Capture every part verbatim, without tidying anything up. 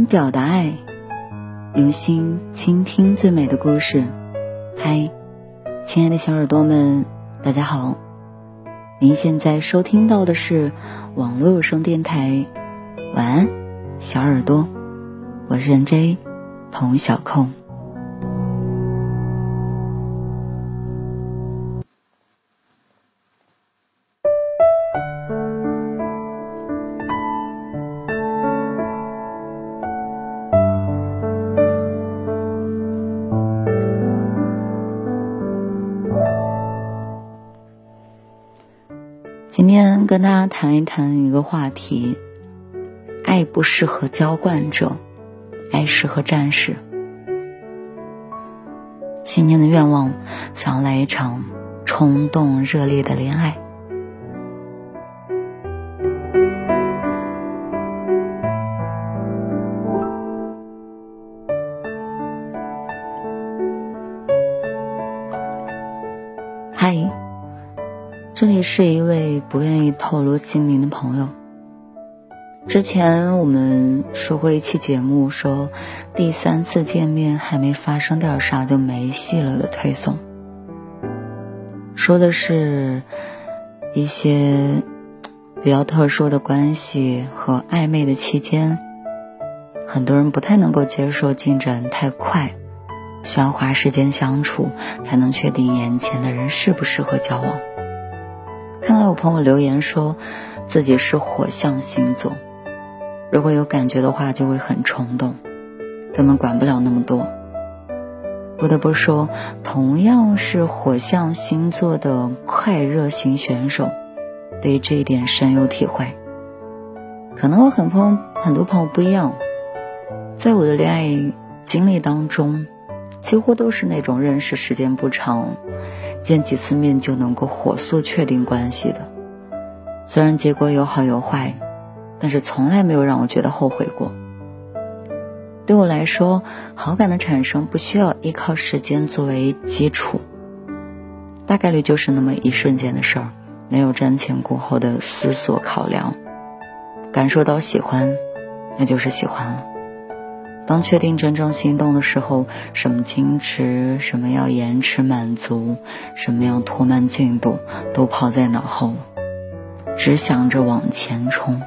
表达爱，用心倾听最美的故事。嗨，亲爱的小耳朵们，大家好，您现在收听到的是网络有声电台晚安小耳朵，我是 N J 童小控。今天跟大家谈一谈一个话题，爱不适合浇灌者，爱适合战士。新年的愿望，想要来一场冲动热烈的恋爱。嗨，这里是一位不愿意透露姓名的朋友。之前我们说过一期节目，说第三次见面还没发生点啥就没戏了的推送，说的是一些比较特殊的关系和暧昧的期间，很多人不太能够接受进展太快，需要花时间相处才能确定眼前的人适不适合交往。看到有朋友留言说自己是火象星座，如果有感觉的话就会很冲动，根本管不了那么多。不得不说，同样是火象星座的快热型选手对于这一点深有体会。可能我很朋友很多朋友不一样，在我的恋爱经历当中，几乎都是那种认识时间不长，见几次面就能够火速确定关系的。虽然结果有好有坏，但是从来没有让我觉得后悔过。对我来说，好感的产生不需要依靠时间作为基础，大概率就是那么一瞬间的事儿，没有瞻前顾后的思索考量。感受到喜欢，那就是喜欢了。当确定真正心动的时候，什么矜持，什么要延迟满足，什么要拖慢进度，都抛在脑后了，只想着往前冲。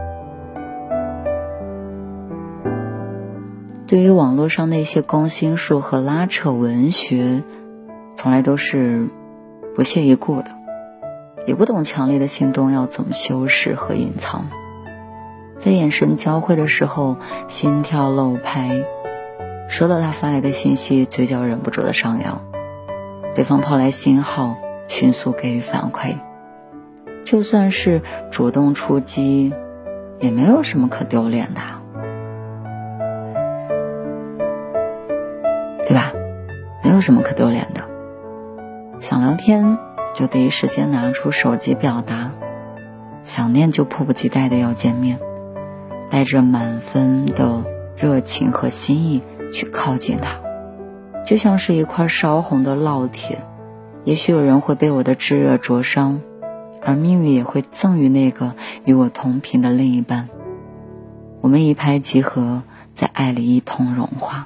对于网络上那些攻心术和拉扯文学，从来都是不屑一顾的，也不懂强烈的心动要怎么修饰和隐藏。在眼神交汇的时候，心跳漏拍，收到他发来的信息，嘴角忍不住的上扬，对方抛来信号，迅速给予反馈。就算是主动出击，也没有什么可丢脸的，对吧？没有什么可丢脸的。想聊天就第一时间拿出手机表达，想念就迫不及待的要见面，带着满分的热情和心意去靠近他，就像是一块烧红的烙铁。也许有人会被我的炙热灼伤，而命运也会赠予那个与我同频的另一半，我们一拍即合，在爱里一同融化。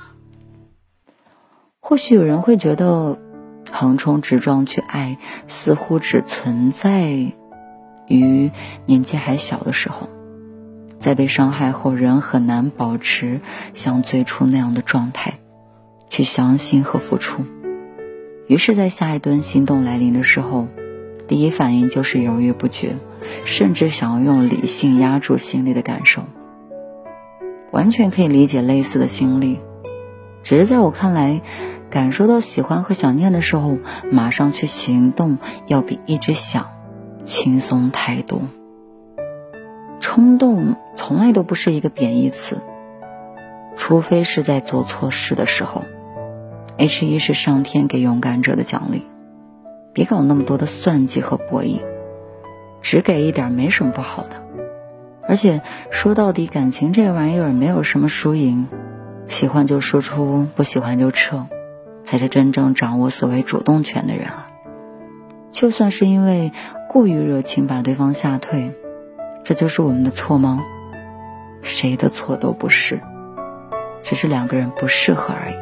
或许有人会觉得横冲直撞去爱似乎只存在于年纪还小的时候，在被伤害后人很难保持像最初那样的状态，去相信和付出。于是在下一顿心动来临的时候，第一反应就是犹豫不决，甚至想要用理性压住心里的感受。完全可以理解类似的心理，只是在我看来，感受到喜欢和想念的时候，马上去行动要比一直想轻松太多。冲动从来都不是一个贬义词，除非是在做错事的时候。 H 一 是上天给勇敢者的奖励，别搞那么多的算计和博弈，只给一点没什么不好的。而且说到底，感情这玩意儿没有什么输赢，喜欢就输出，不喜欢就撤，才是真正掌握所谓主动权的人啊。就算是因为过于热情把对方吓退，这就是我们的错吗？ 谁的错都不是，只是两个人不适合而已。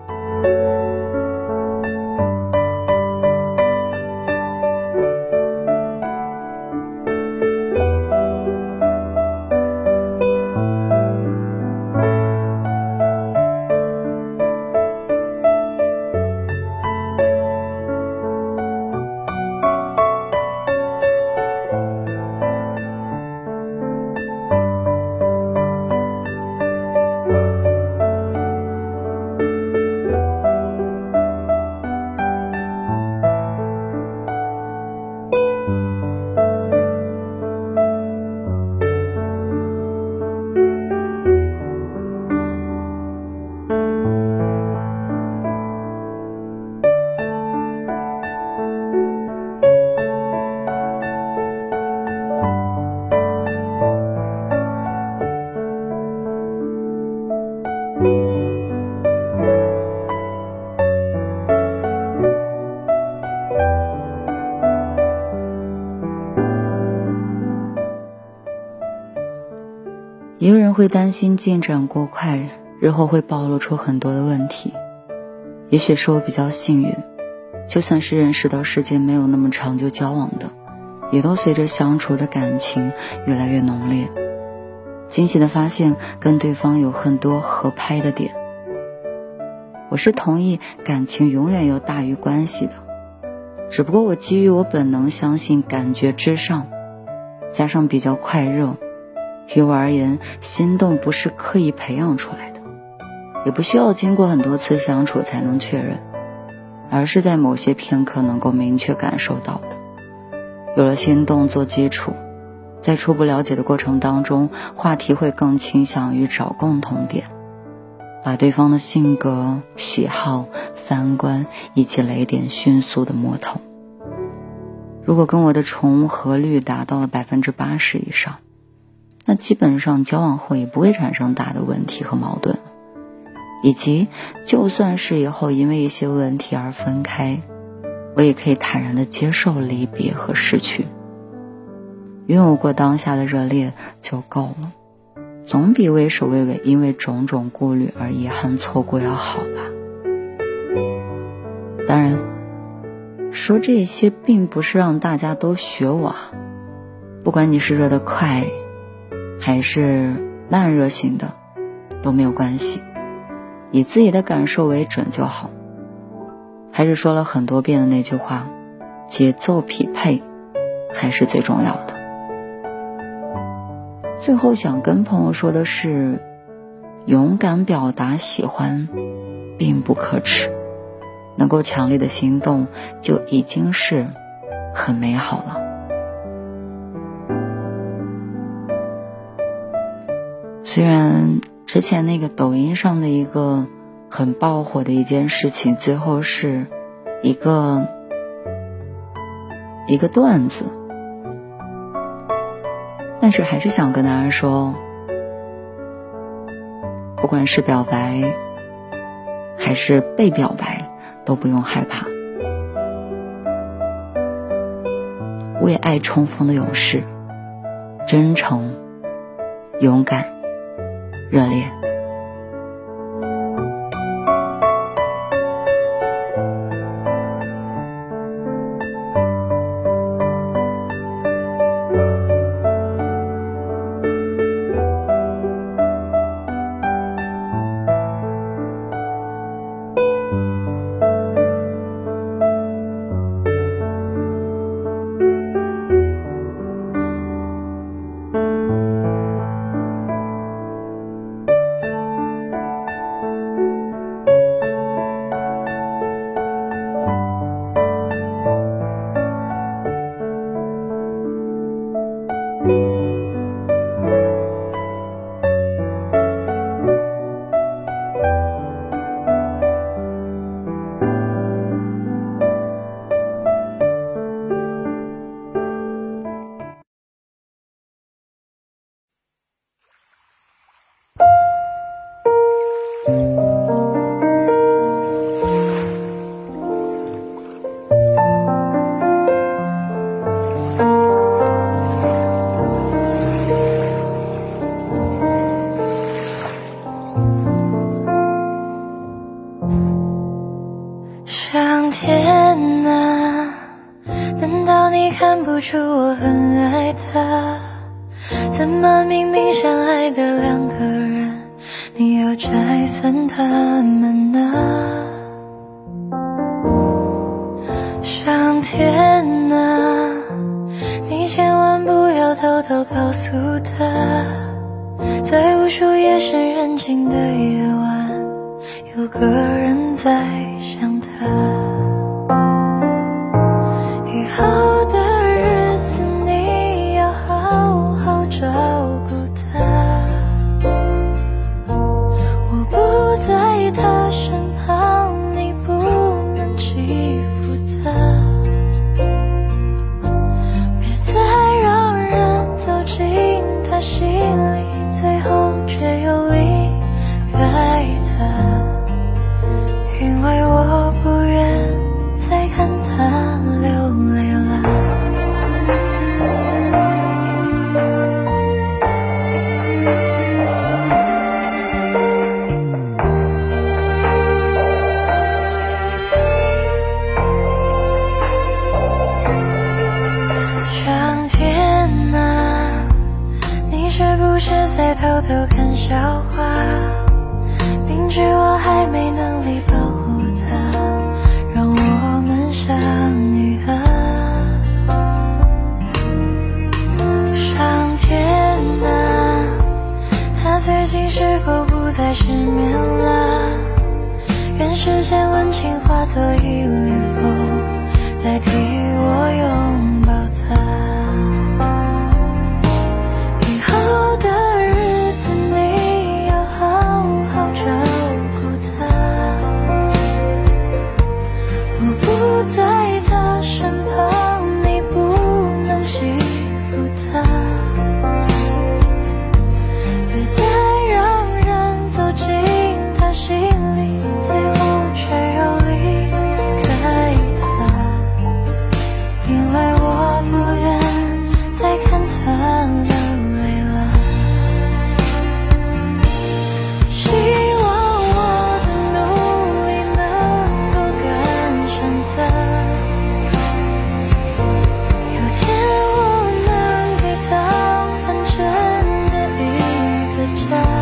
一个人会担心进展过快，日后会暴露出很多的问题。也许是我比较幸运，就算是认识到时间没有那么长久交往的，也都随着相处的感情越来越浓烈，惊喜地发现跟对方有很多合拍的点。我是同意感情永远要大于关系的，只不过我基于我本能相信感觉之上，加上比较快热，于我而言，心动不是刻意培养出来的，也不需要经过很多次相处才能确认，而是在某些片刻能够明确感受到的。有了心动做基础，在初步了解的过程当中，话题会更倾向于找共同点，把对方的性格、喜好、三观以及雷点迅速的摸透。如果跟我的重合率达到了百分之八十以上，那基本上交往后也不会产生大的问题和矛盾，以及就算是以后因为一些问题而分开，我也可以坦然地接受离别和失去。拥有过当下的热烈就够了，总比畏首畏尾因为种种顾虑而遗憾错过要好吧。当然，说这些并不是让大家都学我啊，不管你是热得快还是慢热型的都没有关系，以自己的感受为准就好。还是说了很多遍的那句话，节奏匹配才是最重要的。最后想跟朋友说的是，勇敢表达喜欢并不可耻，能够强烈的心动就已经是很美好了。虽然之前那个抖音上的一个很爆火的一件事情，最后是一个一个段子，但是还是想跟大家说，不管是表白还是被表白，都不用害怕。为爱冲锋的勇士，真诚、勇敢、热烈。 天啊，难道你看不出我很爱他？怎么明明相爱的两个人，你要拆散他们呢？上天啊，你千万不要偷偷告诉他，在无数夜深人静的夜晚，有个人在想他。以后的日子你要好好照顾他，我不在他身旁，你不能欺负他，别再让人走进他心里，最后却又离开他，因为我不愿再看他流泪了。上天啊，你是不是在偷偷看笑话？明知我还没能力保护他，让我们相遇啊。上天啊，他最近是否不再失眠了？愿世间温情化作一缕风，代替我拥抱他。以后的日子你要好好照顾他，我不在他身旁，你不能欺负他，别再让人走进他心里，最后却又离开他，因为我不愿再看他流泪了。希望我的努力能够赶上他，有天我能给他完整的一个家。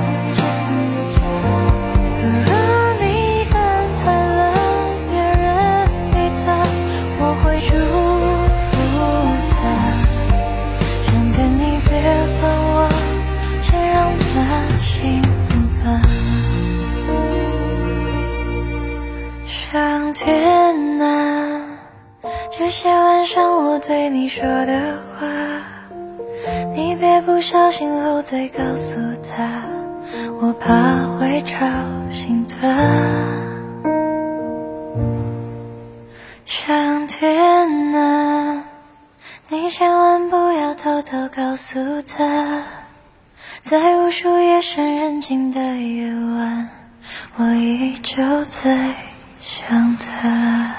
可若你安排了别人给他，我会祝福他。上天你别管我，先让他幸福吧。上天啊，这些晚上我对你说的话，你别不小心漏嘴告诉他，我怕会吵醒他。上天啊，你千万不要偷偷告诉他，在无数夜深人静的夜晚，我依旧在想他。